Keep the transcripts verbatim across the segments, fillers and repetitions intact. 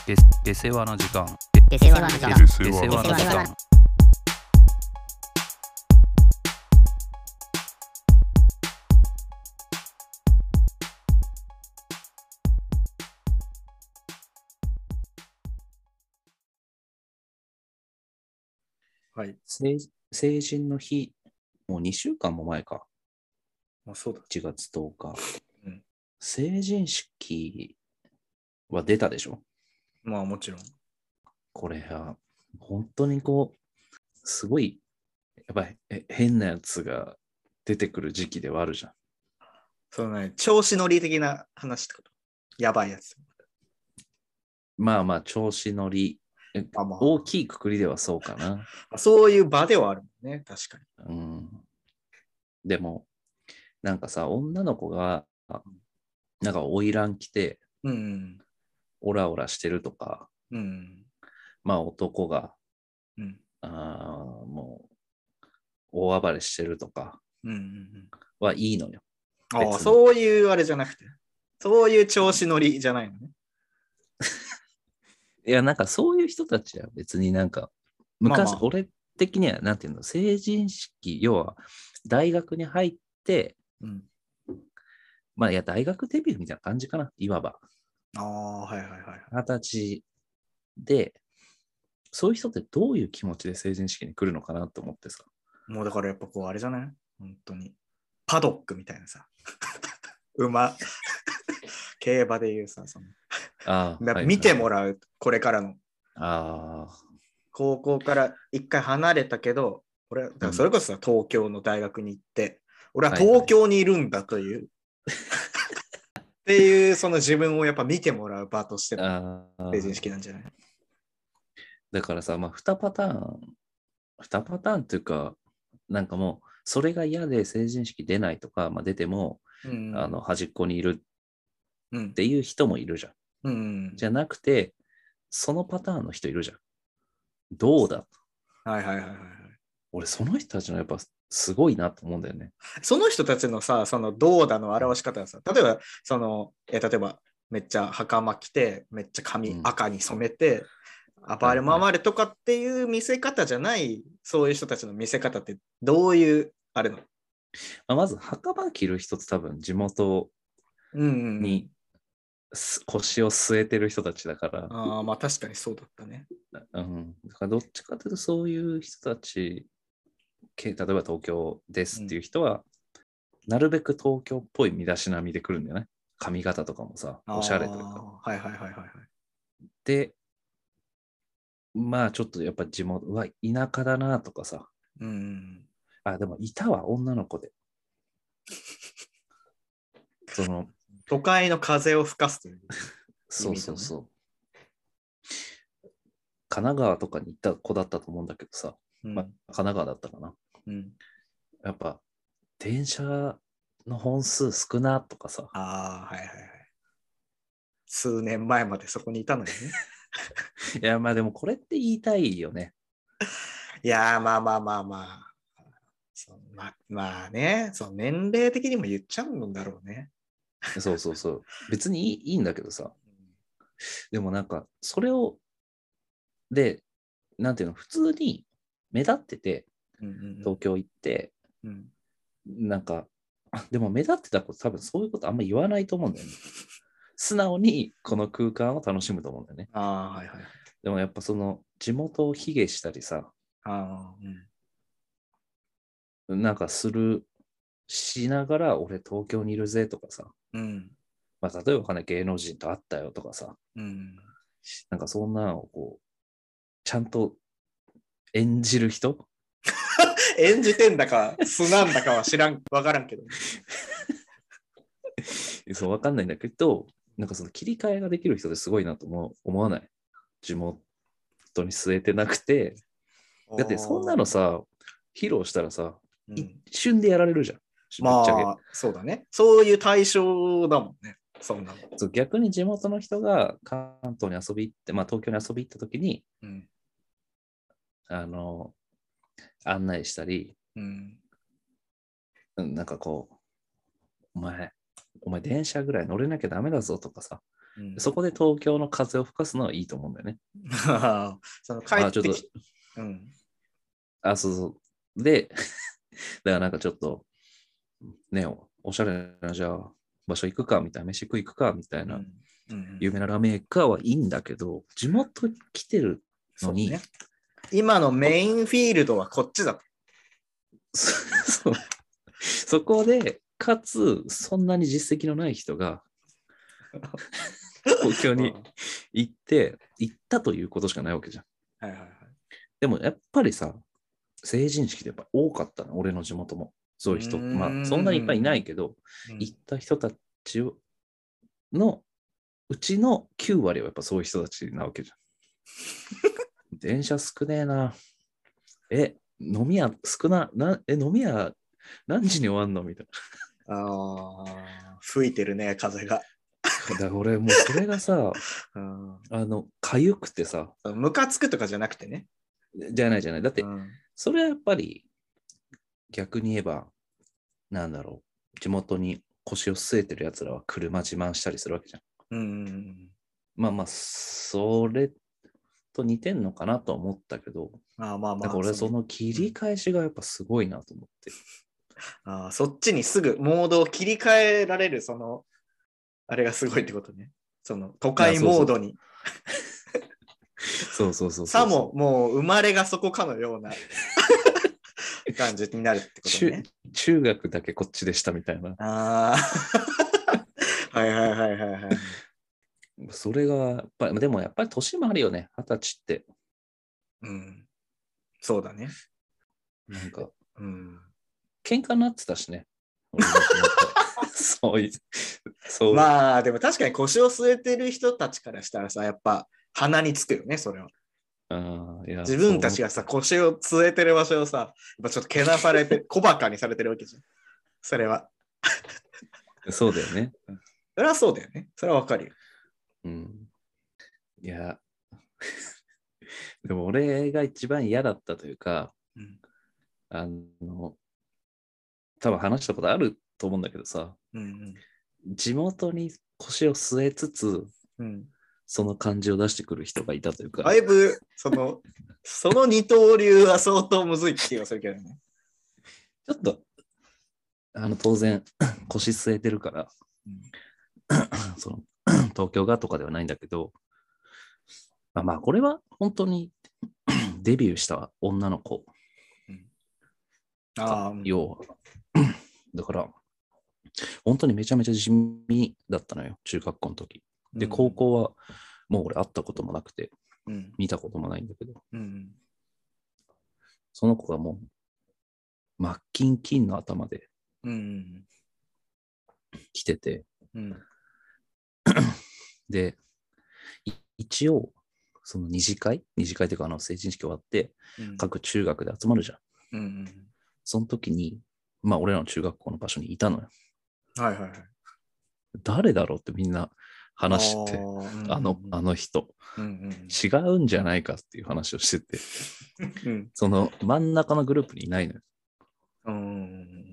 で出世話の時間出世話の時間出世話の時間はい。 成成人の日、もうにしゅうかんも前か。 まあ、そうだ。 いちがつとおか。 うん、 成人式は出たでしょ？ まあもちろん。 これは、本当にこう、すごい、やっぱりえ変なやつが出てくる時期ではあるじゃん。 そのね、調子乗り的な話ってこと？やばいやつ。 まあまあ、調子乗り。 あまあ、 大きいくくりではそうかな。 そういう場ではあるもんね、確かに。 うん。でも、なんかさ、女の子が、なんか花魁着て、 うん。 オラオラしてるとか、 うん。 まあ男が、 うん。 あもう、大暴れしてるとかうん。うん。 はいいのよ。 ああ、そういうあれじゃなくて、そういう調子乗りじゃないのね。 いや、なんかそういう人たちは別になんか、昔、 まあまあ俺的には、なんていうの、成人式、要は、大学に入って、 うん、 まあ、いや、大学デビューみたいな感じかな、いわば。 ああ、はいはいはい。 二十歳で、そういう人ってどういう気持ちで成人式に来るのかなと思ってさ。 もうだからやっぱこうあれじゃない本当に。パドックみたいなさ。馬。競馬でいうさ、そのああ、 見てもららう、これからの。 ああ。 高校から一回離れたけど、俺だからそれこそさ、東京の大学に行って、俺は東京にいるんだという、っていうその自分をやっぱ見てもらう場としての成人式なんじゃない？ だからさ、まあ、にパターン、にパターンっていうか、なんかもう、それが嫌で成人式出ないとか、まあ、出ても、うん、あの端っこにいるっていう人もいるじゃん。 うん、 じゃなくて、そのパターンの人いるじゃん。どうだ？ はいはいはいはい。 俺、その人たちのやっぱすごいなと思うんだよね。 その人たちのさ、そのどうだの表し方はさ、例えば、その、え例えば、めっちゃ袴着て、めっちゃ髪赤に染めて、うん、暴れ回れとかっていう見せ方じゃない、はいはい、そういう人たちの見せ方ってどういうあれなの？ まあ、まず、袴着る人って多分地元に腰を据えてる人たちだから。 うんうん、ああ、まあ確かにそうだったね。 うん。だからどっちかというとそういう人たち、例えば東京ですっていう人は、うん、なるべく東京っぽい身だしなみで来るんだよね。髪型とかもさ、おしゃれというか。 はいはいはいはいはい。 で、まあちょっとやっぱ地元、うわ、田舎だなとかさ。 うん。 あ、でもいたわ、女の子で。その、 都会の風を吹かすという、ね。 そうそうそう。神奈川とかに行った子だったと思うんだけどさ。うん、まあ、神奈川だったかな。 うん、 やっぱ、電車の本数少なとかさ。 ああ、はいはいはい。数年前までそこにいたのにね。 いや、まあでもこれって言いたいよね。 いや、まあまあまあまあ。そうままあね、そう年齢的にも言っちゃうんだろうね。 そうそうそう。別にいい、いいんだけどさ。でもなんか、それを、で、なんていうの、普通に目立ってて、うんうんうん、東京行って、うん、なんか、でも目立ってた子多分そういうことあんま言わないと思うんだよね。素直にこの空間を楽しむと思うんだよね。 あ、はいはい、 でもやっぱその地元を卑下したりさ、 あ、 うん、なんかする、しながら俺東京にいるぜとかさ、うん、まあ、例えばね、芸能人と会ったよとかさ、うん、なんかそんなのをこう、ちゃんと演じる人演じてんだか素なんだかは知らん、わからんけど。 そう、わかんないんだけど、なんかその切り替えができる人ですごいなと思思わない？地元に据えてなくて。だってそんなのさ、披露したらさ、うん、一瞬でやられるじゃん。 まあ、そうだね。そういう対象だもんね。そんなの。 そう、逆に地元の人が関東に遊び行って、まあ東京に遊び行った時に、うん、あの、案内したり、うん、なんかこう、お前、 お前電車ぐらい乗れなきゃダメだぞとかさ、 うん、 そこで東京の風を吹かすのはいいと思うんだよね。 その帰ってきあ、ちょっと、 うん、 あ、そうそう。で、だからなんかちょっと、ね、おおしゃれな、じゃあ、場所行くかみたいな、飯食い行くかみたいな、 うんうん、 有名なラーメン屋行くかはいいんだけど、地元来てるのに、 ね、今のメインフィールドはこっちだと。 そ, そこで、かつ、そんなに実績のない人が、東京に行って、行ったということしかないわけじゃん。 はいはいはい、 でもやっぱりさ、成人式でやっぱ多かったの、俺の地元も。そういう人、まあそんなにいっぱいいないけど、うん、行った人たちのうちのきゅう割はやっぱそういう人たちなわけじゃん。電車少ねえな。え、飲み屋少な、なえ、飲み屋何時に終わんのみたいな。ああ、吹いてるね、風が。 だから俺もうそれがさ、うん、あの、かゆくてさ。 ムカつくとかじゃなくてね。 じゃないじゃない。だって、うん、それはやっぱり逆に言えば、なんだろう、地元に腰を据えてるやつらは車自慢したりするわけじゃん。 うんうんうん、 まあまあ、それと似てんのかなと思ったけど、 ああまあまあ、 だから俺その切り返しがやっぱすごいなと思って。 うん、あそっちにすぐモードを切り替えられる、その、あれがすごいってことね。その都会モードに。 そうそうそうそう。 さももう生まれがそこかのような感じになるってことね。 中, 中学だけこっちでしたみたいな。 ああ。はいはいはいはいはい。 それがやっぱり、でもやっぱり年もあるよね、二十歳って。 うん。そうだね。 なんか、 うん、 喧嘩になってたしね。そういう。 そうまあでも確かに腰を据えてる人たちからしたらさ、やっぱ鼻につくよね、それは。 あいや自分たちがさ、腰を据えてる場所をさ、やっぱちょっとけなされて、小馬鹿にされてるわけじゃん。それは。 そうだよね。 それはそうだよね。それはわかるよ。 うん。いや、でも俺が一番嫌だったというか、うん、あの、多分話したことあると思うんだけどさ、うんうん、地元に腰を据えつつ、うん、その感じを出してくる人がいたというか。 だいぶ、その、その二刀流は相当むずい気がするけどね。 ちょっと、あの、当然、腰据えてるから、うん、その東京がとかではないんだけど、まあ、まあこれは本当にデビューした女の子、うん、あ要はだから本当にめちゃめちゃ地味だったのよ、中学校の時で、うん、高校はもう俺会ったこともなくて、うん、見たこともないんだけど、うん、その子がもうマッキンキンの頭で来てて、うん、で一応その二次会二次会というかあの成人式終わって、うん、各中学で集まるじゃん、うんうん、その時にまあ俺らの中学校の場所にいたのよ。 はいはいはい。 誰だろうってみんな話して、あ、うんうん、あのあの人、うんうん、違うんじゃないかっていう話をしてて、うん、その真ん中のグループにいないのよ。うん、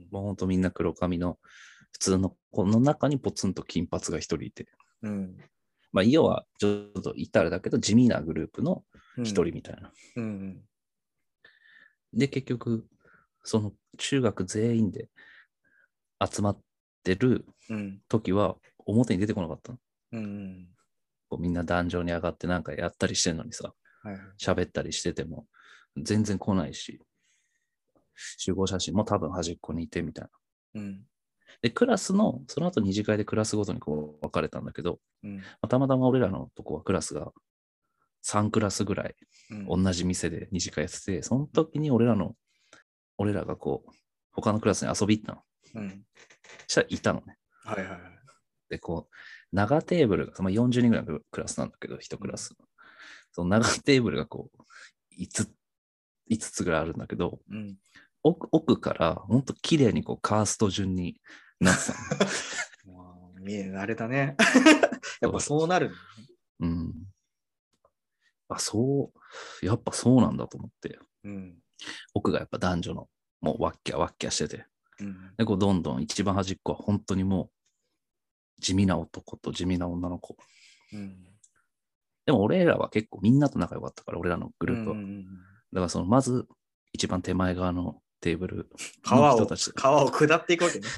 もうほんとみんな黒髪の普通の子の中にポツンと金髪が一人いて、うん、まあ要はちょっと言ったらだけど地味なグループの一人みたいな、うんうん、で結局その中学全員で集まってる時は表に出てこなかったの、うんうん、こうみんな壇上に上がってなんかやったりしてるのにさ、喋、はい、ったりしてても全然来ないし、集合写真も多分端っこにいてみたいな、うん、でクラスのその後二次会でクラスごとにこう分かれたんだけど、うんまあ、たまたま俺らのとこはクラスがさんクラスぐらい同じ店で二次会やってて、その時に俺らの俺らがこう他のクラスに遊び行ったの、うん、したらいたのね、はいはいはい、でこう長テーブルが、まあ、よんじゅうにんぐらいのクラスなんだけどいちクラス、うん、その長テーブルがこう 5, 5つぐらいあるんだけど、うん、奥, 奥からほんと綺麗にこうカースト順になってたの見え慣れたねやっぱそうなるんだね。 うん。あ、そうやっぱそうなんだと思って、うん、奥がやっぱ男女のもうワッキャワッキャしてて、うん、でこうどんどん一番端っこは本当にも地味な男と地味な女の子。 うん、 でも俺らは結構みんなと仲良かったから、俺らのグループは。 うんうんうん、 だからそのまず一番手前側のテーブル川をの人たち。 川を下っていくわけね。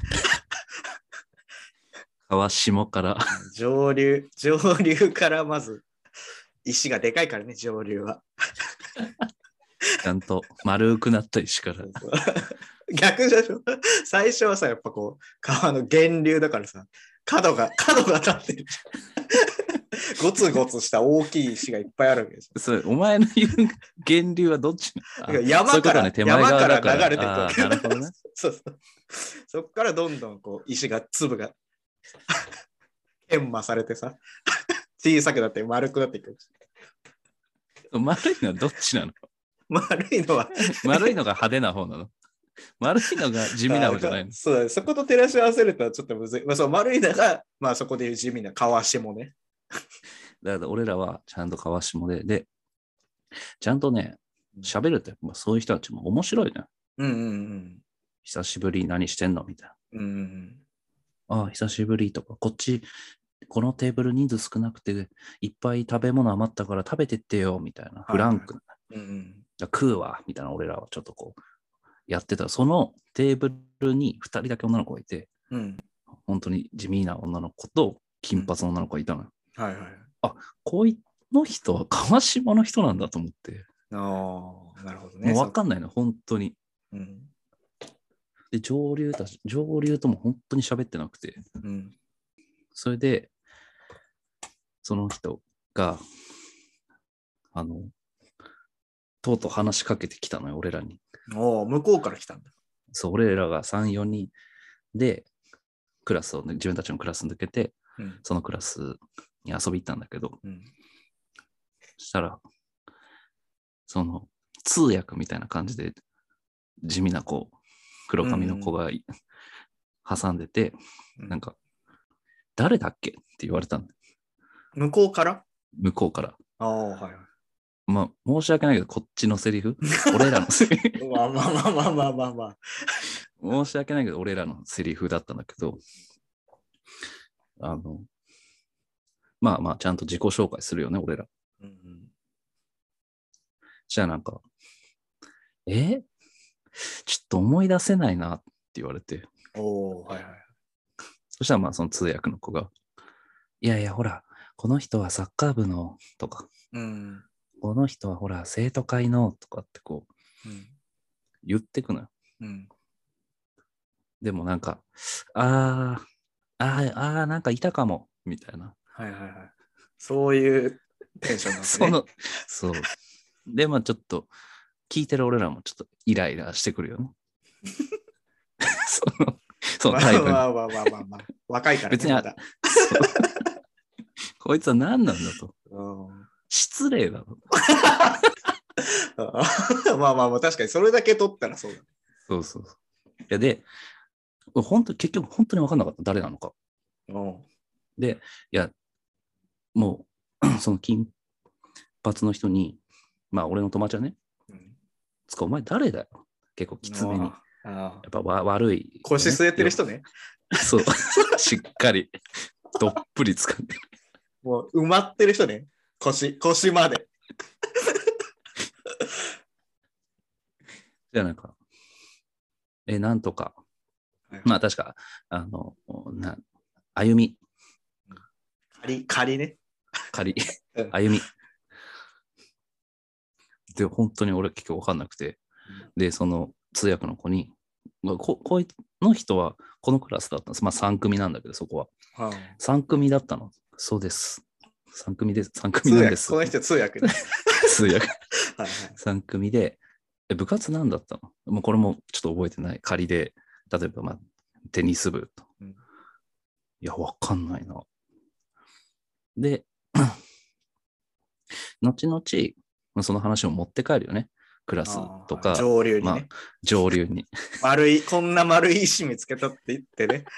川下から上流、上流からまず石がでかいからね、上流は。 ちゃんと丸くなった石から。 そうそう逆でしょ。最初はさ、やっぱこう、川の源流だからさ、角が、角が立ってる。ゴツゴツした大きい石がいっぱいあるわけですよ。 それお前の言う源流はどっちなの？ 山から、 ね、手前側だから山から流れていくわけ。 なるほどね。 そうそう。そっからどんどんこう石が、粒が研磨されてさ、小さくなって丸くなっていく。 丸いのはどっちなの？ 丸いのは丸いのが派手な方なの？丸いのが地味な方じゃないの？ そうだね。そこと照らし合わせるとちょっとむずい。まあ、そう丸いのが、まあそこでいう地味な川下ね。 だから俺らはちゃんと川下で、で、ちゃんとね、喋るって、まあ、そういう人たちも面白いね。 うんうんうん。 久しぶり何してんのみたいな。うんうん、 ああ、久しぶりとか、こっち、このテーブル人数少なくて、いっぱい食べ物余ったから食べてってよ、みたいな。フランクな。 うんうん、 じゃ食うわ、みたいな俺らはちょっとこう、やってた。そのテーブルにふたりだけ女の子がいて、 うん、 本当に地味な女の子と金髪の女の子がいたのよ。 うん、はいはい。 あ、こいの人は川島の人なんだと思って。 ああ、なるほどね。 もう分かんないの、本当に。 うん、 で、上流たち、上流とも本当に喋ってなくて。 うん、 それで、その人が、あの、とうとう話しかけてきたのよ、俺らに。 おお、向こうから来たんだ。 そう、俺らがさん、よにんで、クラスを、ね、自分たちのクラスに抜けて、うん、そのクラスに遊び行ったんだけど、うん、そしたら、その、通訳みたいな感じで、地味な子、黒髪の子が、うん、挟んでて、うん、なんか、誰だっけって言われたんだ。 向こうから向こうから。 ああ、はいはい。 まあ、申し訳ないけど、こっちのセリフ俺らのセリフまあまあまあまあまあまあまあ。 申し訳ないけど、俺らのセリフだったんだけど、あの、まあまあ、ちゃんと自己紹介するよね、俺ら。うんうん、じゃあなんか、えちょっと思い出せないなって言われて。 おー、はいはい。 そしたらまあ、その通訳の子が、いやいや、ほら、この人はサッカー部のとか、うん、この人はほら、生徒会のとかってこう、うん、言ってくのよ。うん、でもなんか、あー、あー、あー、なんかいたかも、みたいな。 はいはいはい。そういうテンションなんですね。 その、そう。で、まあちょっと、聞いてる俺らもちょっとイライラしてくるよね。その、そのタイプに。 まあまあまあまあまあ。若いからね。 別にあ、こいつは何なんだと。失礼だと。 まあまあまあ、確かにそれだけ取ったらそうだね。 そうそうそう。いやで、本当結局本当に分かんなかった。誰なのか。で、いや、もう、その金髪の人に、まあ俺の友達はね、うん、つかお前誰だよ。結構きつめに。やっぱわ悪い、ね。 腰据えてる人ね。 そう。しっかり、どっぷり使ってる。 もう埋まってる人ね。腰、腰まで。 じゃあなんか、え、なんとか。はい、まあ確か、あの、な歩み。 仮、仮ね。 仮。歩み。で、本当に俺結構分かんなくて。で、その通訳の子に、こ、こいの人はこのクラスだったんです。まあさん組なんだけど、そこは。はあ、さん組だったの。そうです。さん組です。さん組なんです。 この人通訳ね。 通訳。はいはい、さん組で、え、部活なんだったの？もうこれもちょっと覚えてない。仮で、例えば、まあ、テニス部と。うん、いや、わかんないな。で、後々、その話を持って帰るよね。クラスとか。 上流にね。 まあ、上流に。 丸い、こんな丸い石見つけたって言ってね。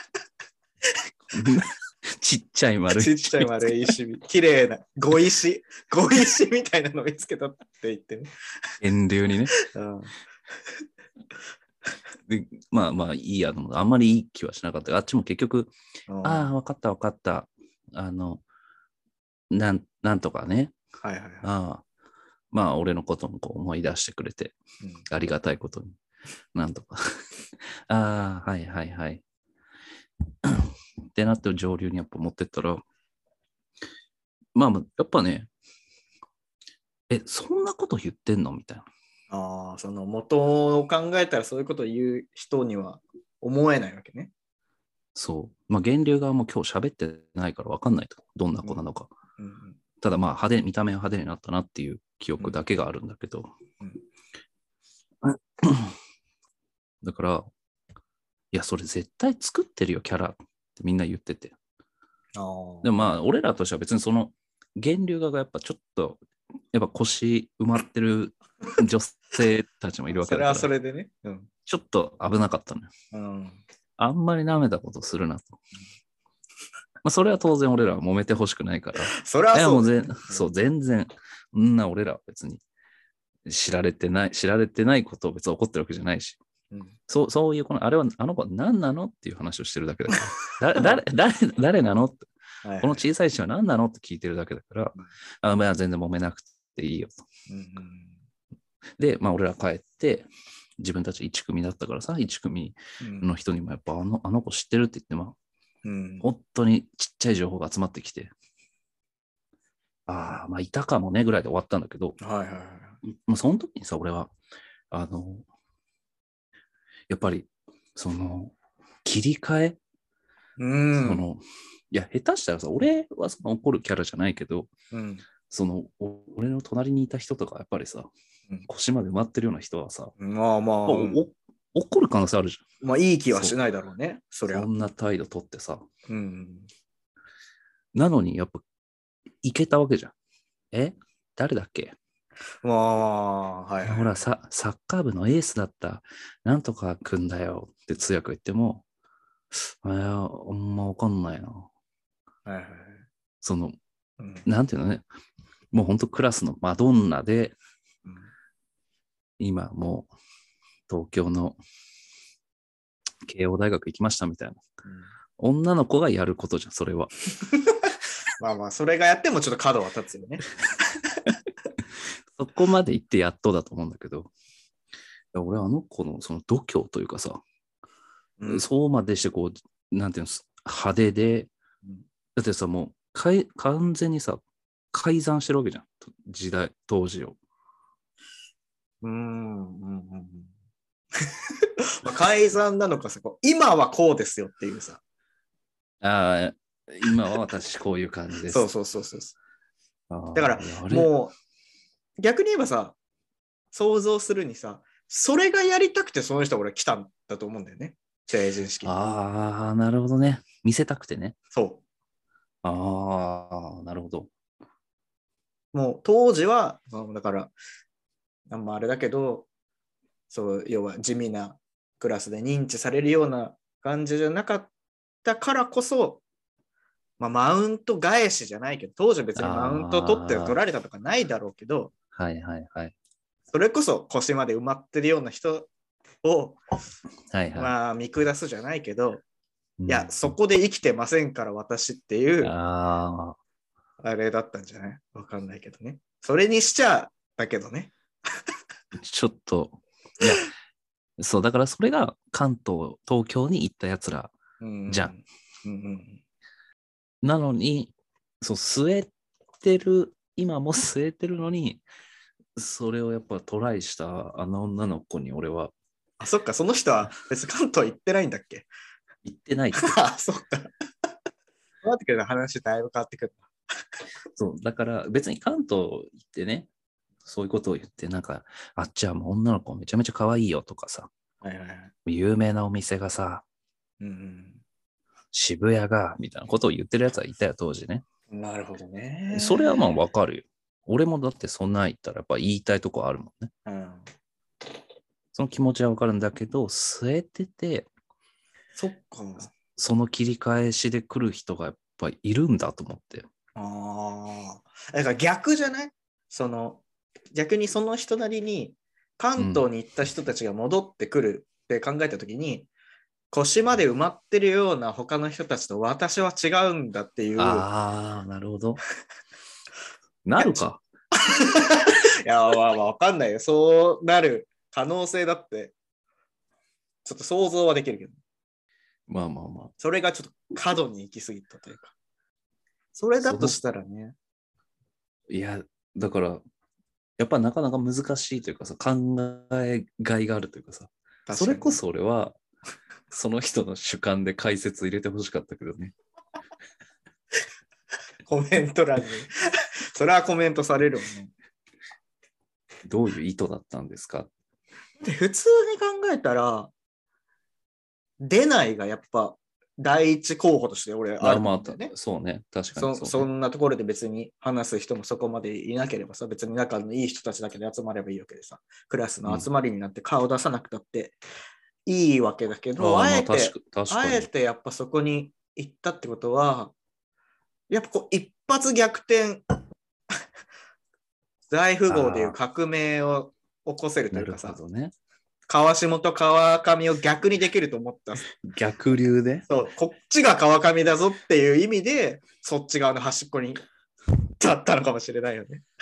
ちっちゃい丸い石。ちっちゃい丸い石。きれいな、碁石。碁石みたいなの見つけたって言ってね。 源流にね。 うん、 でまあまあいいやと思って、あんまりいい気はしなかった。あっちも結局、ああ、分かった分かった。あの、なん、なんとかね。 はいはいはい。 ああ、まあ俺のこともこう思い出してくれて、 うん、 ありがたいことに。なんとか。ああ、はいはいはい。ってなって上流にやっぱ持ってったら、まあやっぱね、え、そんなこと言ってんのみたいな。 ああ、その元を考えたらそういうことを言う人には思えないわけね。 そう。まあ源流側も今日喋ってないから分かんないと。どんな子なのか。 うんうん、 ただまあ派手、見た目は派手になったなっていう記憶だけがあるんだけど。 うんうん、だから、いや、それ絶対作ってるよ、キャラってみんな言ってて。 あでもまあ、俺らとしては別にその源流側がやっぱちょっと、やっぱ腰埋まってる女性たちもいるわけだから。 それはそれでね。うん、 ちょっと危なかったのよ。 うん、 あんまり舐めたことするなと。まあ、それは当然俺らは揉めてほしくないから。 それはそうだ、ね。 いやもうぜそう、全然、そんな俺らは別に知られてない、知られてないことを別に怒ってるわけじゃないし。 うん、 そうそういうこの、あれは、あの子は何なのっていう話をしてるだけだから。だ誰誰誰なのって、 はいはい、 この小さい人は何なのって聞いてるだけだから、 うん、 あまあ、全然揉めなくていいよと。 うんうん、 で、まあ、俺ら帰って、自分たちいち組だったからさ、いち組の人にもやっぱあのあの子知ってるって言って、まあ、 うん、 本当にちっちゃい情報が集まってきて、ああ、まあ、いたかもねぐらいで終わったんだけど、 はいはいはい。 もうその時にさ、俺は、あの、やっぱり、その、切り替え、 うん、 その、いや、下手したらさ、俺はその怒るキャラじゃないけど、 うん、 その、俺の隣にいた人とか、やっぱりさ、 うん、 腰まで埋まってるような人はさ、 まあまあ、 おお怒る可能性あるじゃん。 まあいい気はしないだろうね、そりゃ。 そんな態度取ってさ。 うん、 なのに、やっぱ、いけたわけじゃん。え誰だっけ、 まあ、はいはい。 ほらさ、サッカー部のエースだった、なんとかくんだよって通訳言っても、あいや、あんまわかんないな。 はいはいはい。 その、 うん、 なんていうのね、もう本当クラスのマドンナで、 うん、 今もう東京の慶応大学行きましたみたいな。 うん、 女の子がやることじゃん、それは。 まあまあ、それがやってもちょっと角は立つよね。 そこまで行ってやっとだと思うんだけど、俺あの子のその度胸というかさ、 うん、 そうまでしてこう、なんていうの、派手で、 うん、 だってさ、もうかい完全にさ、改ざんしてるわけじゃん、時代、当時を。 うん、うん、うん。まあ改ざんなのかさ、こう今はこうですよっていうさ。 ああ、今は私こういう感じです。 そうそうそうそう。 あだからもう逆に言えばさ、想像するにさ、それがやりたくてその人は俺来たんだと思うんだよね。成人式に。 ああ、なるほどね。見せたくてね。 そああ、なるほど。 う。もう当時は、だから、あんまあれだけど、そう要は地味なクラスで認知されるような感じじゃなかったからこそ、まあ、マウント返しじゃないけど、当時別にマウント取って取られたとかないだろうけど、 はいはいはい。 それこそ腰まで埋まってるような人を、 はいはい。 まあ見下すじゃないけど、 うん、 いや、そこで生きてませんから私っていう、 ああれだったんじゃないわかんないけどね。それにしちゃだけどね。 ちょっと、いや、そう、だからそれが関東、東京に行ったやつらじゃん。 うんうん、 なのに、そう、据えてる、今も据えてるのに、それをやっぱトライしたあの女の子に俺は。 あ、そっか、その人は別に関東行ってないんだっけ？ 行ってないって。 あ、そっか。待ってくれた話だいぶ変わってくる。 そう、だから別に関東行ってね、そういうことを言って、なんか、あっちはもう女の子めちゃめちゃ可愛いよとかさ、 はいはいはい、 有名なお店がさ、 うんうん、 渋谷が、みたいなことを言ってるやつはいたよ、当時ね。 なるほどね。 それはまあわかるよ。俺もだってそんなん言ったらやっぱ言いたいとこあるもんね。 うん、 その気持ちはわかるんだけど、据えてて、 そっか。 その切り返しで来る人がやっぱいるんだと思って。 ああ。だから逆じゃない？その、逆にその人なりに関東に行った人たちが戻ってくるって考えたときに、腰まで埋まってるような他の人たちと私は違うんだっていう。 ああ、なるほど。なるか。 いや、まあまあわかんないよ。そうなる可能性だって、ちょっと想像はできるけど。 まあまあまあ。 それがちょっと過度に行き過ぎたというか。それだとしたらね。 いや、だから、やっぱなかなか難しいというかさ、考えがいがあるというかさ、かそれこそ俺は、その人の主観で解説入れてほしかったけどね。 コメント欄に。それはコメントされるよね。 どういう意図だったんですか？ で普通に考えたら、出ないがやっぱ第一候補として俺あると思うんだよね。 まあ、そうね、確かにそ, そう、ね、 そんなところで別に話す人もそこまでいなければさ、別に仲のいい人たちだけで集まればいいわけでさ、クラスの集まりになって顔出さなくたっていいわけだけど、 うん、あ, あえて、 まあ、確か確かあえてやっぱそこに行ったってことは、やっぱこう一発逆転、大富豪でいう革命を起こせるというかさ、 ね、 川下と川上を逆にできると思った。 逆流で、 そう、こっちが川上だぞっていう意味で、そっち側の端っこにだったのかもしれないよね。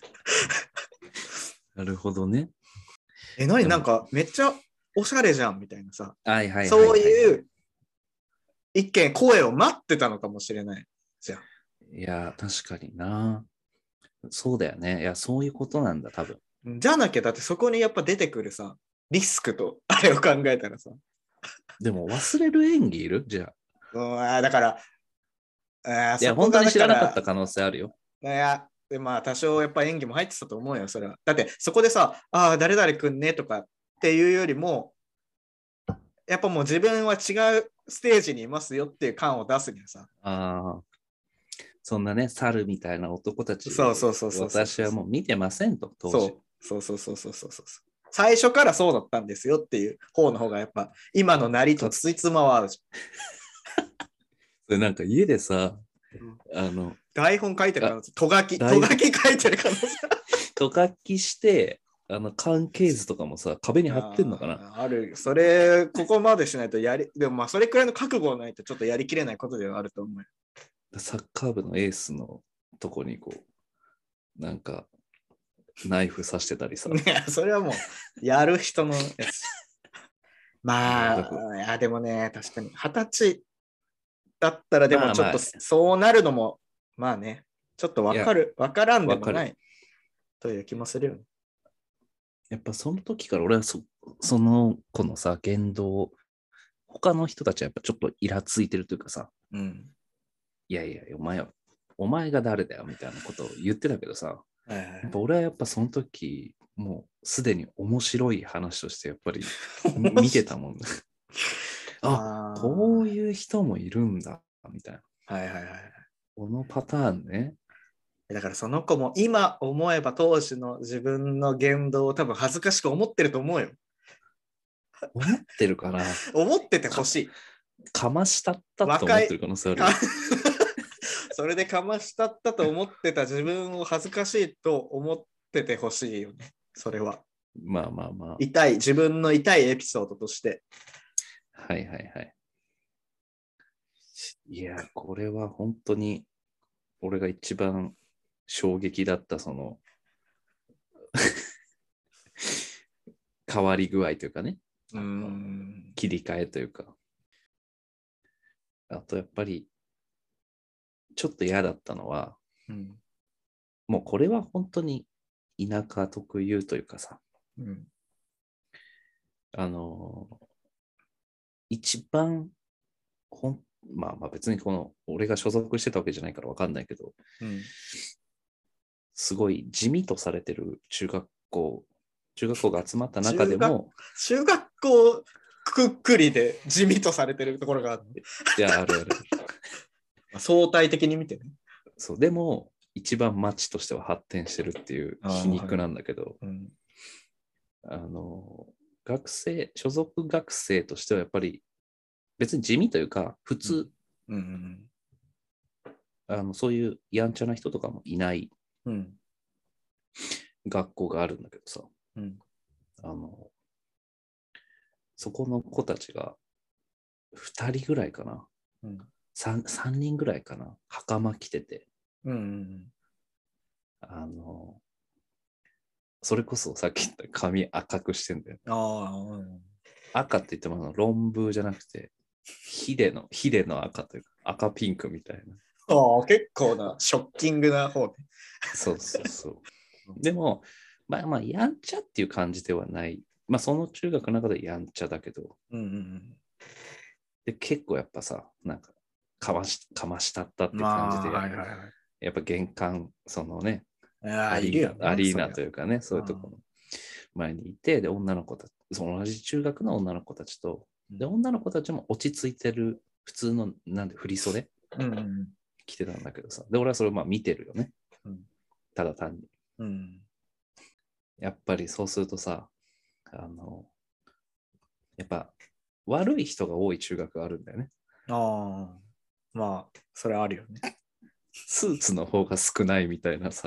なるほどね。 え、何なんかめっちゃおしゃれじゃんみたいなさ、 はいはいはいはい、 そういう一見声を待ってたのかもしれないじゃん。 いや、確かにな。そうだよね。いや、そういうことなんだ、多分。 じゃなきゃ、だってそこにやっぱ出てくるさ、リスクとあれを考えたらさ。 でも忘れる演技いるじゃあ。うん、だから、あいや、本当に知らなかった可能性あるよ。 いや、でまあ、多少やっぱ演技も入ってたと思うよ、それは。だってそこでさ、ああ、誰々くんねとかっていうよりも、やっぱもう自分は違うステージにいますよっていう感を出すにはさ。 ああ。そんなね、猿みたいな男たち、 そうそうそうそう私はもう見てませんと、当時。 そうそうそうそうそうそう。最初からそうだったんですよっていう方の方がやっぱ今のなりとついつまはあるじゃん。なんか家でさ、 うん、 あの台本書いてる可能性、とがき、とがき書いてる可能性。 とがきして、あの関係図とかもさ、壁に貼ってんのかな。 あ, ある。それ、ここまでしないとやり、でもまあそれくらいの覚悟がないとちょっとやりきれないことではあると思う。 サッカー部のエースのとこにこう、なんか、ナイフ刺してたりさ。 いや、それはもう、やる人のやつ。まあ、いや、でもね、確かに、二十歳だったら、でもちょっとそうなるのも、まあ、まあね、ちょっとわかる、わからんでもないという気もするよね。 やっぱその時から俺は そ, その子のさ、言動、他の人たちはやっぱちょっとイラついてるというかさ、 うん、 いやいや、お前は、お前が誰だよみたいなことを言ってたけどさ、 はいはい、 やっぱ俺はやっぱその時、もうすでに面白い話としてやっぱり見てたもんね。あ、こういう人もいるんだ、みたいな。 はいはいはい。 このパターンね。 だからその子も今思えば当時の自分の言動を多分恥ずかしく思ってると思うよ。 思ってるかな。 思っててほしい。 かましたったと思ってる可能性ある。 それでかましたったと思ってた自分を恥ずかしいと思っててほしいよね。それは。 まあまあまあ。 痛い、自分の痛いエピソードとして。 はいはいはい。いや、これは本当に俺が一番衝撃だったその変わり具合というかね。 うーん。 切り替えというか。あとやっぱりちょっと嫌だったのは、うん、もうこれは本当に田舎特有というかさ、うん、あの一番ほんまあまあ別にこの俺が所属してたわけじゃないから分かんないけど、うん、すごい地味とされてる中学校中学校が集まった中でも中学、中学校くっくりで地味とされてるところがあって、 いやあるある相対的に見てね。 そうでも一番町としては発展してるっていう皮肉なんだけど、あ、はい、うん、あの学生所属学生としてはやっぱり別に地味というか普通、うんうんうん、あのそういうやんちゃな人とかもいない学校があるんだけどさ、うん、あのそこの子たちがふたりぐらいかな、 うん、 3, 3人ぐらいかな、袴着てて、 うんうん、 あの、それこそさっき言った髪赤くしてんだよ。 ああ、うん、 赤って言っても論文じゃなくて、ヒデの、ヒデの赤というか、赤ピンクみたいな。 ああ、結構な、ショッキングな方で。 そうそうそう。でも、まあまあ、やんちゃっていう感じではない。まあ、その中学の中でやんちゃだけど、 うんうんうん、 で結構やっぱさ、なんか、かまし、かましたったってまあ、 感じでやっぱ、 はいはいはい。 やっぱ玄関、そのね、 ああ、 アリーナ、 いるよね。 アリーナとそれいうかね、そういうところの前にいて、で、女の子たち、その同じ中学の女の子たちと、で、女の子たちも落ち着いてる、普通の、なんで、振り袖うんうん着てたんだけどさ、で、俺はそれをまあ見てるよね。 うん、 ただ単に。 うん、 やっぱりそうするとさ、あの、やっぱ悪い人が多い中学があるんだよね。 ああ、まあ、それあるよね。 スーツの方が少ないみたいなさ。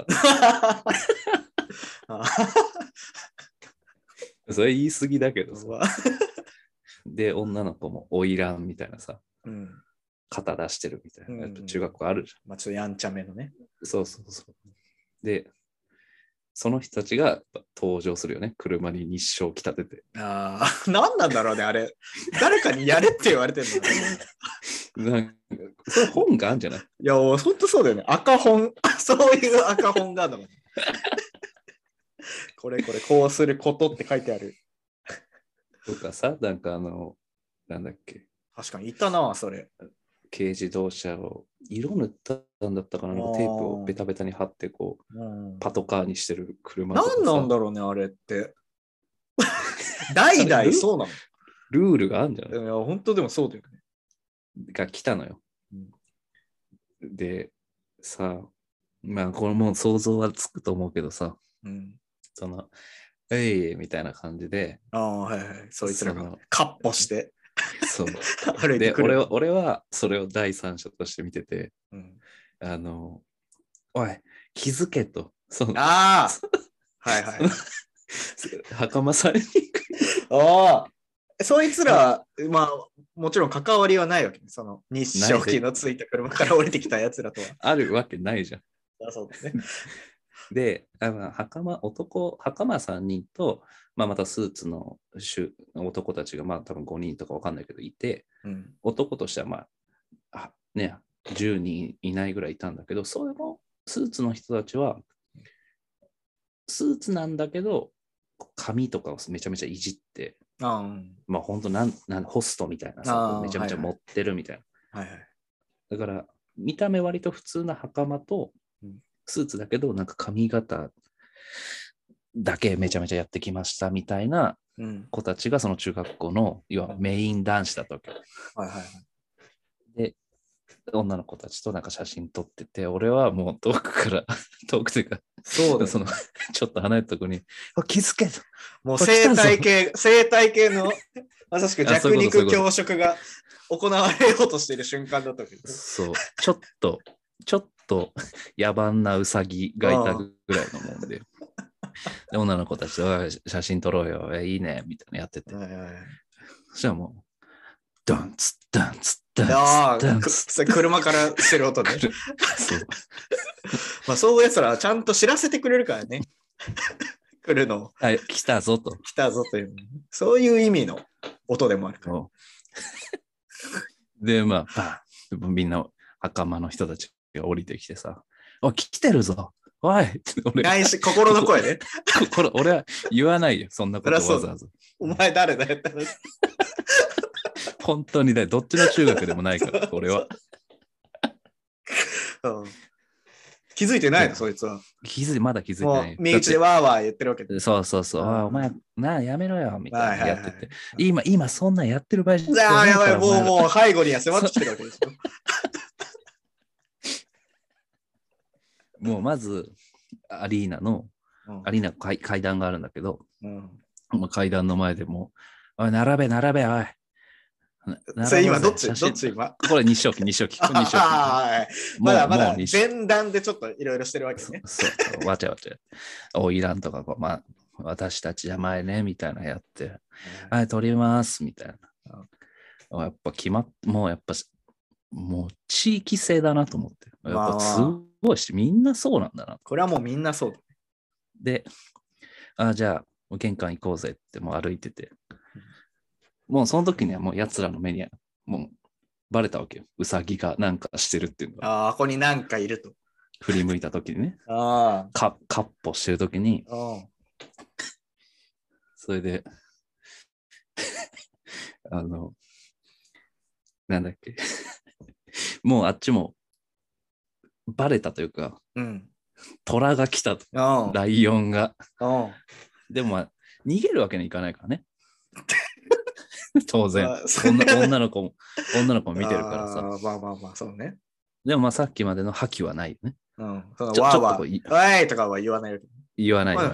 それ言い過ぎだけどさ。で、女の子も花魁みたいなさ、うん、肩出してるみたいな、やっぱ中学校あるじゃん。 まあ、ちょっとやんちゃめのね。 そうそうそう。で、その人たちが登場するよね。車に日照着立てて。 ああ、何なんだろうね、あれ。誰かにやれって言われてるのなんかそれ本があるんじゃない？ いや、ほんとそうだよね。赤本、そういう赤本があるの。これこれ、こうすることって書いてある。 とかさ、なんかあの、なんだっけ。 確かにいたな、それ。 軽自動車を色塗ったんだったかな、なんかテープをベタベタに貼ってこう、うん、パトカーにしてる車とかさ。 何なんだろうね、あれって。代々そうなの。 ルールがあるんじゃない？ いや、本当でもそうだよね。 が来たのよ。うん、で、さ、まあこれもう想像はつくと思うけどさ、うん、その、えいみたいな感じで、 ああ、はいはい、そいつらがカッポして。 そうで俺は、俺はそれを第三者として見てて、うん、あの、おい、気づけと。そのああはいはい。 袴されに行く。 ああ、そいつら、まあ、もちろん関わりはないわけね。その日照機のついた車から降りてきたやつらとは。 あるわけないじゃん。 あそうだね。 で、あの袴、男、袴さんにんと、まあ、またスーツの男たちが、まあ多分ごにんとかわかんないけどいて、うん、男としてはまあ、あね、じゅうにんいないぐらいいたんだけど、それもスーツの人たちは、スーツなんだけど、髪とかをめちゃめちゃいじって、あうん、まあ本当なんなんホストみたいなさ、めちゃめちゃ持ってるみたいな。はいはい、だから、見た目割と普通な袴と、スーツだけど、なんか髪型だけめちゃめちゃやってきましたみたいな子たちがその中学校の要はメイン男子だったわけ。はいはいはい、で、女の子たちとなんか写真撮ってて、俺はもう遠くから、遠くというか、そうだそのちょっと離れたところに、気づけと。 もう生態系、生態系のまさしく弱肉強食が行われようとしている瞬間だったわけです。 そう、ちょっと、ちょっと野蛮なウサギがいたぐらいのもんで。で女の子たちと写真撮ろうよ、いいね、みたいなやってて。はいはい、そしたらもう、ダンツ、ダンツ、ダンツ、ダンツ。 車からしてる音ね。そう。まあそういうやつらはちゃんと知らせてくれるからね。来るの。 はい、来たぞと。 来たぞという。そういう意味の音でもあるから。 で、まあ、パン。みんな袴の人たちが降りてきてさ、おい、来てるぞ。おい俺内心心の声ね。 心俺は言わないよ、そんなことわざわざ。 お前誰だよって話。 本当にね、どっちの中学でもないから、俺は。 うん、気づいてないの、そいつは。 気づいて、まだ気づいてない。 身内でわーわー言ってるわけで。 そうそうそう。お前、なあ、やめろよ、みたいなやってて。今、今、そんなんやってる場合じゃない。 ああ、やばい、もう、もう、背後には迫ってきてるわけですよ。 もうまずアリーナの、うん、アリーナ階, 階段があるんだけど、うん、階段の前でもう、おい、並べ、並べ、おい。 それ今どっちどっち今これ日照期、日照期。 まだまだ前段でちょっといろいろしてるわけね。 そう、そうわちゃわちゃ。おいらんとかこう、まあ、 私たちじゃ前ね、みたいなやって、はい、撮りますみたいな。やっぱ決まっ、もうやっぱ、もう地域性だなと思って。やっぱすごいし、みんなそうなんだな。 これはもうみんなそうだ。 で、あ、じゃあ、玄関行こうぜってもう歩いてて、もうその時にはもう奴らの目にはもうバレたわけよ。ウサギがなんかしてるっていうのが。 ああ、ここになんかいると。 振り向いた時にね。 ああ。 か、かっ歩してる時に。それで、あの、なんだっけ。もうあっちもバレたというか、 うん、虎が来たと。ライオンが。でも、まあ、逃げるわけにいかないからね。当然女。女の子も、女の子も見てるからさ。 あまあまあまあ、そうね。 でもまあさっきまでの覇気はないよね。 うん。そのわーわー、おいとかは言わないよ。 言わないよ。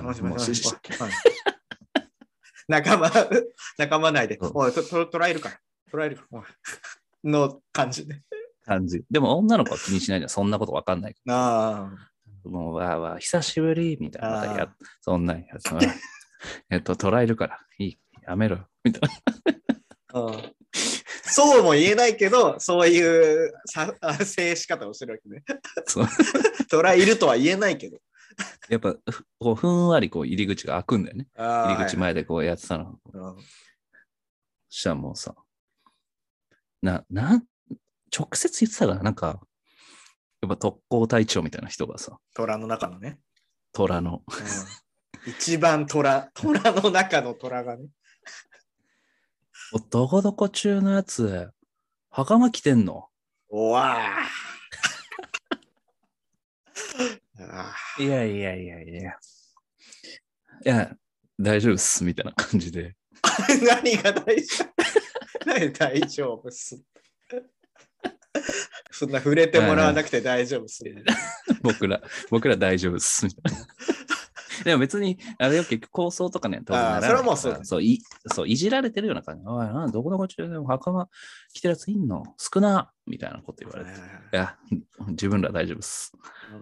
仲間、仲間内で、おい、と、と、捉えるから。捉えるから。の感じで。 感じ。でも女の子は気にしないじゃん。そんなことわかんないから。 ああ。 もうわーわー、久しぶりみたいな。またや、そんなやつ。えっと、捉えるから。いい。やめろ。みたいな。 うん。そうも言えないけど、そういうさ静止方をしてるわけね。そう。捉えるとは言えないけど。 やっぱこうふんわりこう入り口が開くんだよね。入り口前でこうやってたの。はいはい、そしたらもうさ、な、な、直接言ってたから、なんか、やっぱ特攻隊長みたいな人がさ。 虎の中のね。 虎の。 うん、一番虎、虎の中の虎がね。 どこどこ中のやつ、袴着てんの？ おわいやいやいやいや。いや、大丈夫っす、みたいな感じで。 何が大丈夫何大丈夫っすそんな触れてもらわなくて大丈夫っす。 僕ら、僕ら大丈夫っす、みたいな。でも別に、あれよ、結局構想とかね、当然ならない。 それはもうそう、 そうい、そう、いじられてるような感じ。おい、などこどこ中でも袴着てるやついんの少なみたいなこと言われて。いや、自分ら大丈夫っす。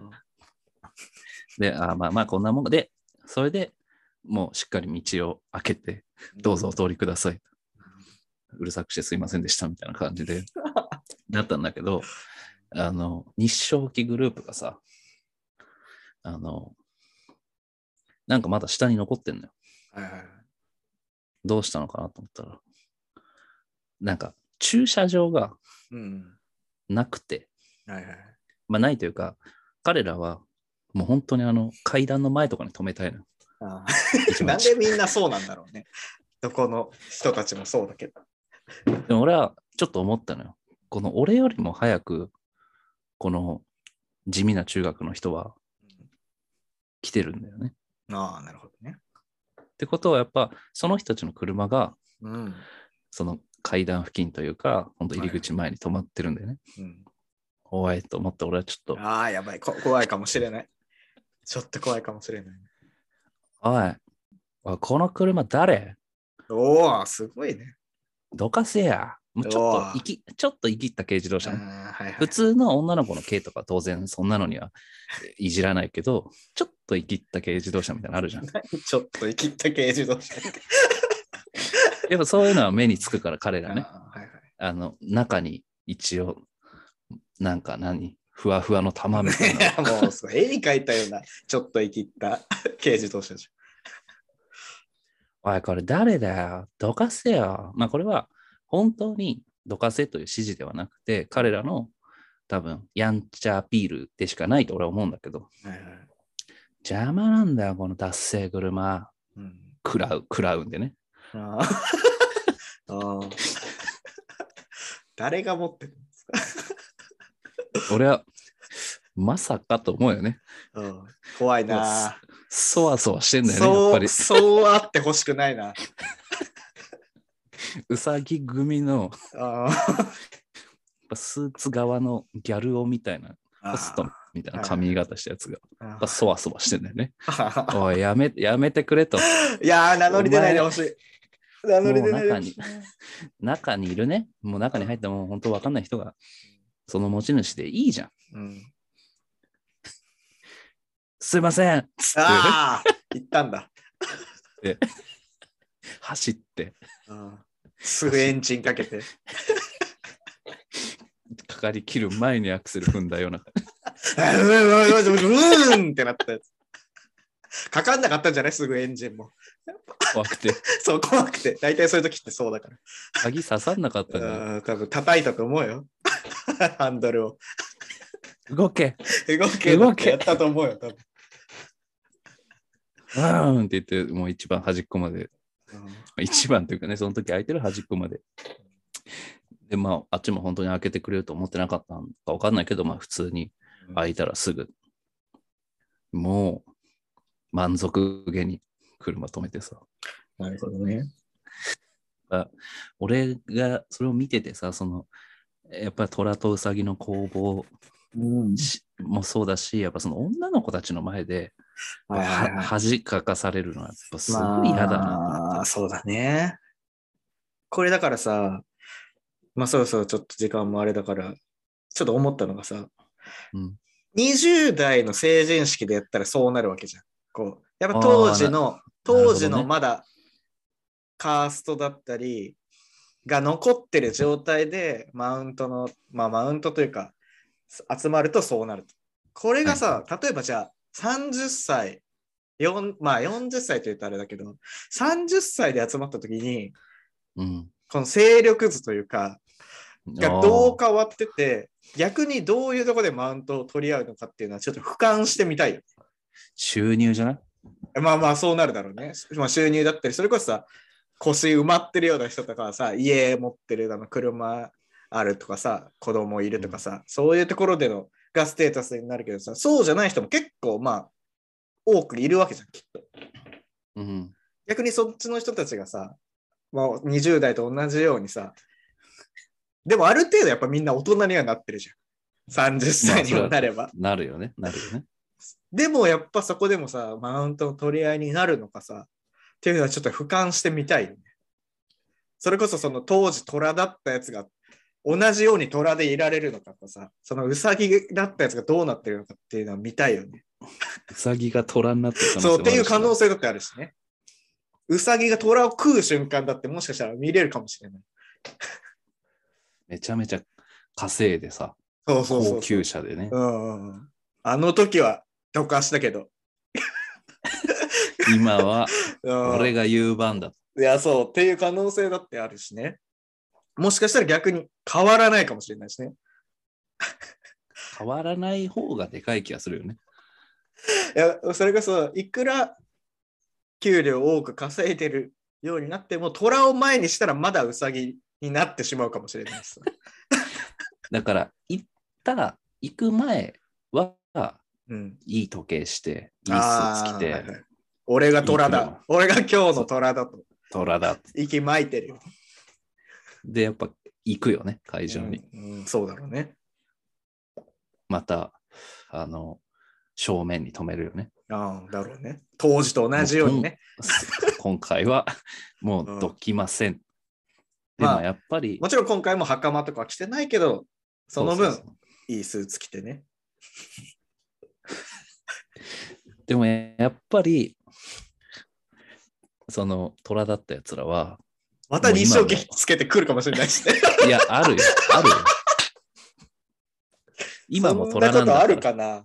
で、あまあまあ、こんなもんで、それでもうしっかり道を開けて、どうぞお通りください。うるさくしてすいませんでした、みたいな感じで、だったんだけど、あの、日照期グループがさ、あの、なんかまだ下に残ってんのよ。はいはいはい、どうしたのかなと思ったら、なんか駐車場がなくて、うんはいはい、まあないというか、彼らはもう本当にあの階段の前とかに止めたいの。 あなんでみんなそうなんだろうね。どこの人たちもそうだけど。 でも俺はちょっと思ったのよ。この俺よりも早く、この地味な中学の人は来てるんだよね。 ああ、なるほどね。 ってことはやっぱその人たちの車が、 うん、 その階段付近というか、本当入り口前に止まってるんだよね。はいうん、怖いと思って俺はちょっと。 ああ、やばいこ、怖いかもしれない。ちょっと怖いかもしれない。 おい、おいこの車誰？ おお、すごいね。 どかせや。もうちょっと生き、ちょっと生きった軽自動車ね、はいはい。普通の女の子の軽とか当然そんなのにはいじらないけど、ちょっと生きった軽自動車みたいなのあるじゃん。 ちょっと生きった軽自動車。 やっぱそういうのは目につくから彼らね。あ、はいはい、あの中に一応なんか何ふわふわの玉みたいな。 もうそう絵に描いたようなちょっと生きった軽自動車じゃん。おいこれ誰だよ。どかせよ。まあこれは本当にどかせという指示ではなくて、彼らの多分やんちゃアピールでしかないと俺は思うんだけど、はいはい、邪魔なんだよこの達成車、うん、食らう食らうんでね。ああ誰が持ってるんですか俺はまさかと思うよね、 うん、怖いな。 そわそわしてんだよねやっぱり。 そうあってほしくないな。 うさぎ組のスーツ側のギャル男みたいなホストみたいな髪型したやつがそわそわしてんだよね。おいやめやめてくれと。 いやー名乗り出ないでほしい。名乗り出ないでほしい。 中にいるね、もう中に入ったもう本当わかんない人がその持ち主でいいじゃん。うん、すいません。 ああ言ったんだ。 で走ってうんすぐエンジンかけて。 かかりきる前にアクセル踏んだような。 うーんってなったやつ。かかんなかったんじゃないすぐエンジンも。 怖くて。 そう、怖くて。大体そういう時ってそうだから。 鍵刺さんなかったんじゃない？ うん多分叩いたと思うよ。ハンドルを。 動け動け動けやったと思うよ、多分。 あーんって言って、もう一番端っこまで。 うん一番というかね、その時空いてる端っこまで。で、まあ、あっちも本当に開けてくれると思ってなかったのか分かんないけど、まあ、普通に開いたらすぐ、もう満足げに車止めてさ。 なるほどね。 あ俺がそれを見ててさ、その、やっぱり虎とウサギの攻防うん。 もそうだし、やっぱその女の子たちの前で、 はいはいはいは恥かかされるのはやっぱすごい嫌だなと思って。 まあ、そうだね。これだからさ、まあそろそろちょっと時間もあれだから、ちょっと思ったのがさ、 うんにじゅう代の成人式でやったらそうなるわけじゃん。こう、やっぱ当時の、当時のまだカーストだったりが残ってる状態で、マウントの、まあマウントというか、集まるとそうなると。これがさ、例えばじゃあさんじゅっさい、よんまあよんじゅっさいと言うとあれだけど、さんじゅっさいで集まった時に、 うん、 この勢力図というか、がどうあ変わってて、逆にどういうところでマウントを取り合うのかっていうのはちょっと俯瞰してみたいよ。 収入じゃない？ まあまあそうなるだろうね。まあ、収入だったり、それこそさ、腰埋まってるような人とかはさ、家持ってる、あの車あるとかさ、子供いるとかさ、うん、そういうところでのがステータスになるけどさ、そうじゃない人も結構まあ多くいるわけじゃん、きっと。 うん、 逆にそっちの人たちがさ、まあ、にじゅう代と同じようにさ、でもある程度やっぱみんな大人にはなってるじゃん。さんじゅっさいにもなれば。 まあ、なるよね、なるよね。 でもやっぱそこでもさ、マウントの取り合いになるのかさ、っていうのはちょっと俯瞰してみたいよね。それこそその当時虎だったやつが同じように虎でいられるのかとさ、そのウサギだったやつがどうなってるのかっていうのは見たいよね。 ウサギが虎になってる可能性もあるし、 そうっていう可能性だってあるしね。ウサギが虎を食う瞬間だってもしかしたら見れるかもしれない。 めちゃめちゃ稼いでさ、 そうそうそうそう高級車でね。 うんうん、あの時はどかしたけど。 今は俺が言う番だ。 いや、そうっていう可能性だってあるしね。もしかしたら逆に変わらないかもしれないしね。 変わらない方がでかい気がするよね。 いや、それこそいくら給料多く稼いでるようになっても、虎を前にしたらまだウサギになってしまうかもしれないです。 だから行った行く前は、 うん、 いい時計して、いいスーツ着て、はいはい、 俺が虎だ。いい俺が今日の虎だと。 虎だ。 息巻いてるよ。 で、やっぱ行くよね、会場に。 うんうん、そうだろうね。 また、あの、正面に止めるよね。 ああ、だろうね。当時と同じようにね。 今回はもうどきません。うん、でもやっぱり、 まあ、もちろん今回も袴とかは着てないけど、その分そうそうそういいスーツ着てね。 でもやっぱり、その虎だったやつらは、 また日照機つけてくるかもしれないしね。 いや、あるよ、あるよ。今も虎なんだから。 そんなことあるかな。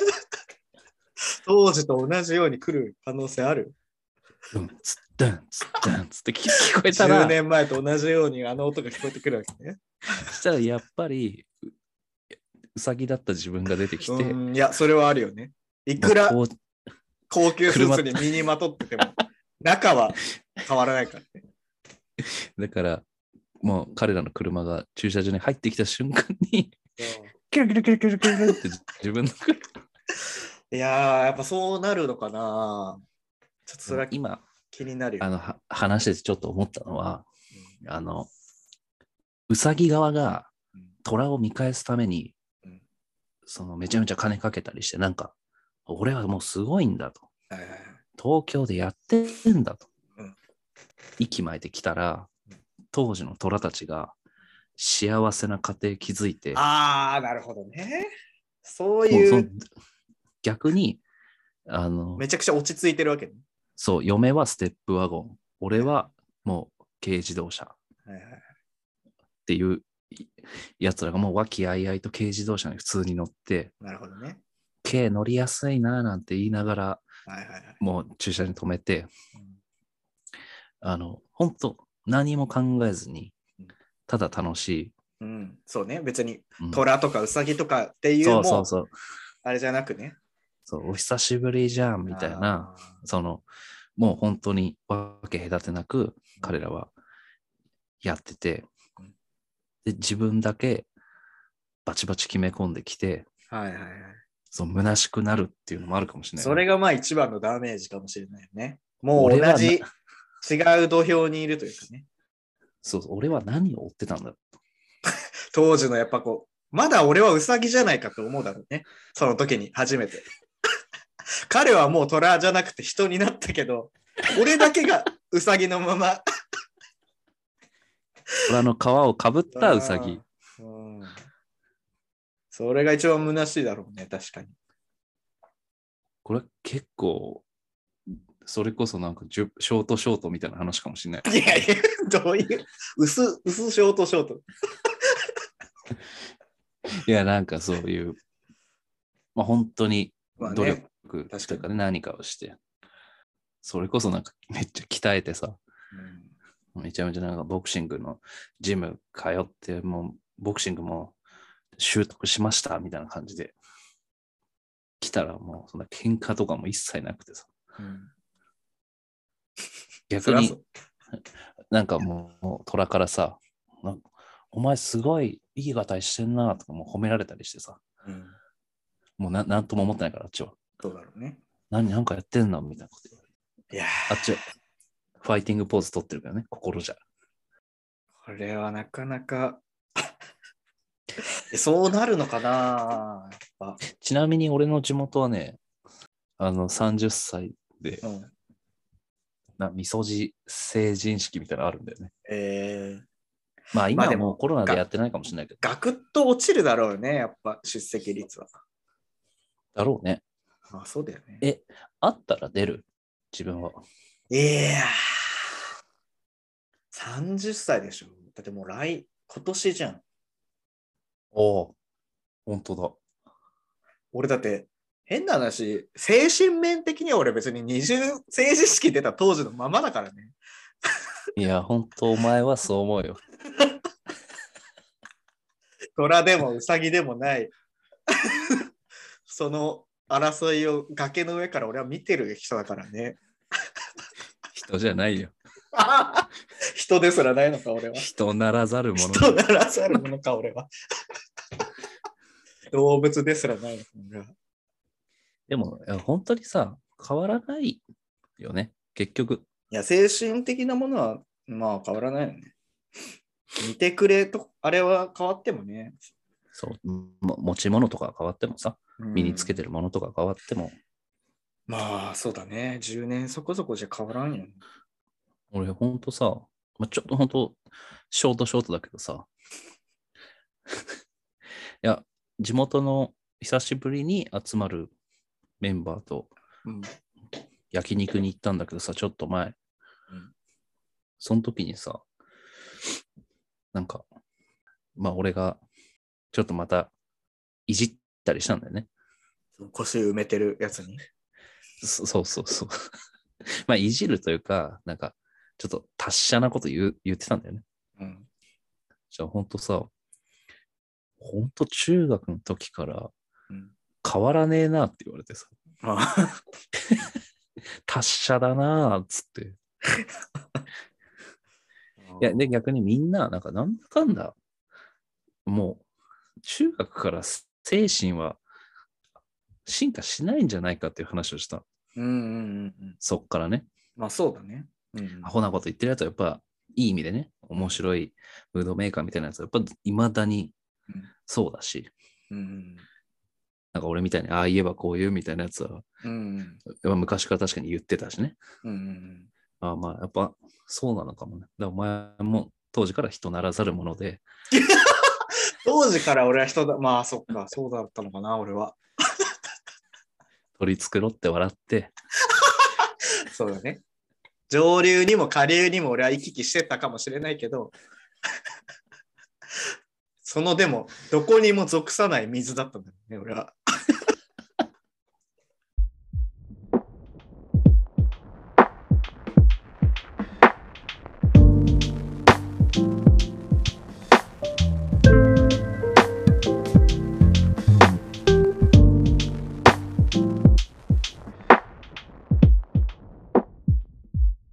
当時と同じように来る可能性ある。 うん、つったん、つったん、つって聞こえたら。 じゅうねんまえと同じようにあの音が聞こえてくるわけね。 そしたらやっぱり、ウサギだった自分が出てきて。 うん、いや、それはあるよね。いくら高級スーツに身にまとってても、中は変わらないからね。 だから、もう彼らの車が駐車場に入ってきた瞬間に、キラキラキラキラキラって自分の車。 いやー、やっぱそうなるのかな。ちょっとそれは今気になるよ。 あのは話しててちょっと思ったのは、うん、あのウサギ側が虎を見返すために、うん、そのめちゃめちゃ金かけたりして、なんか俺はもうすごいんだと、はいはいはい、東京でやってんだと、うん、息巻いてきたら、当時の虎たちが幸せな家庭築いて、 ああ、なるほどね。そういう逆にあのめちゃくちゃ落ち着いてるわけね。 そう、嫁はステップワゴン。俺はもう軽自動車はいはい。 っていうやつらがもう和気あいあいと軽自動車に普通に乗って、 なるほどね。 軽乗りやすいななんて言いながら、 はいはいはい。 もう駐車に止めて、 うんあの、本当何も考えずにうん、 ただ楽しい。 うん、そうね。別にうん虎とかウサギとかっていうそうそもうそう。 あれじゃなくね。 そう、お久しぶりじゃんみたいな、 あその、もう本当にわけ隔てなく彼らはやってて、 うんで、自分だけバチバチ決め込んできて、 ーはいはいはい。 そう、虚しくなるっていうのもあるかもしれない、 それがまあ一番のダメージかもしれないよね。もう俺は同じ違う土俵にいるというかね。 そう、俺は何を追ってたんだろう。 当時のやっぱこう、まだ俺はウサギじゃないかと思うだろうね。その時に初めて。彼はもう虎じゃなくて人になったけど、俺だけがウサギのまま。 虎の皮をかぶったウサギ。 うん、それが一番虚しいだろうね、確かに。 これ結構、それこそなんかショートショートみたいな話かもしれない。 いやいや、どういう、薄、薄ショートショート。 いや、なんかそういう、まあ本当に努力というかね、 まあね、確かに何かをして、それこそなんかめっちゃ鍛えてさ、うん、めちゃめちゃなんかボクシングのジム通って、もうボクシングも習得しましたみたいな感じで、来たらもうそんな喧嘩とかも一切なくてさ、うん、逆になんかもう虎からさ、なんかお前すごいいいがたいしてんなとかもう褒められたりしてさ、うん、もう な, なんとも思ってないからあっちは。 そうだろうね。 何なんかやってんのみたいなこと言われて。 いやあっちはファイティングポーズ取ってるからね、心じゃ。 これはなかなかそうなるのかな。 ちなみに俺の地元はね、あのさんじゅっさいで、うん、なみそじ成人式みたいなのあるんだよね。 えー、 まあ今はもうコロナでやってないかもしれないけど。 ガクッと落ちるだろうね、やっぱ出席率は。 だろうね。 ああ、そうだよね。 え、あったら出る自分は。 いやー、さんじゅっさいでしょ。だってもう来、今年じゃん。 おお、本当だ。 俺だって、変な話、精神面的には俺別に二重成人式出た当時のままだからね。 いや、本当お前はそう思うよ。 虎でもウサギでもない。その争いを崖の上から俺は見てる人だからね。 人じゃないよ。 人ですらないのか俺は。 人ならざるもの。 人ならざるものか俺は。動物ですらないのか俺は。 でも本当にさ、変わらないよね、結局。 いや、精神的なものはまあ変わらないよね。見てくれと、あれは変わってもね。 そう、も持ち物とか変わってもさ、身につけてるものとか変わっても。 まあ、そうだね。じゅうねんそこそこじゃ変わらんよ、ね。 俺、ほんとさ、まあ、ちょっとほんと、ショートショートだけどさ、いや、地元の久しぶりに集まるメンバーと焼肉に行ったんだけどさ、ちょっと前。うん、その時にさ、なんか、まあ俺がちょっとまたいじったりしたんだよね。 腰埋めてるやつに。 そそうそうそう。まあいじるというか、なんかちょっと達者なこと言う言ってたんだよね。うん。じゃあほんとさ、ほんと中学の時から変わらねえなって言われてさ。うん、達者だなーっつって。いや、で逆にみんな、なんかなんだかんだ、もう中学から精神は進化しないんじゃないかっていう話をした。うんうんうん、そっからね。 まあそうだね。 うんうん、アホなこと言ってるやつはやっぱいい意味でね、面白いムードメーカーみたいなやつはやっぱ未だにそうだし、うんうん、なんか俺みたいにああ言えばこう言うみたいなやつは、うんうん、昔から確かに言ってたしね。うんうん、あまあやっぱそうなのかもね。だからお前も当時から人ならざるもので。 当時から俺は人だ、まあそっか、そうだったのかな、俺は。 取り繕って笑って。 そうだね。上流にも下流にも俺は行き来してたかもしれないけど、そのでもどこにも属さない水だったんだよね、俺は。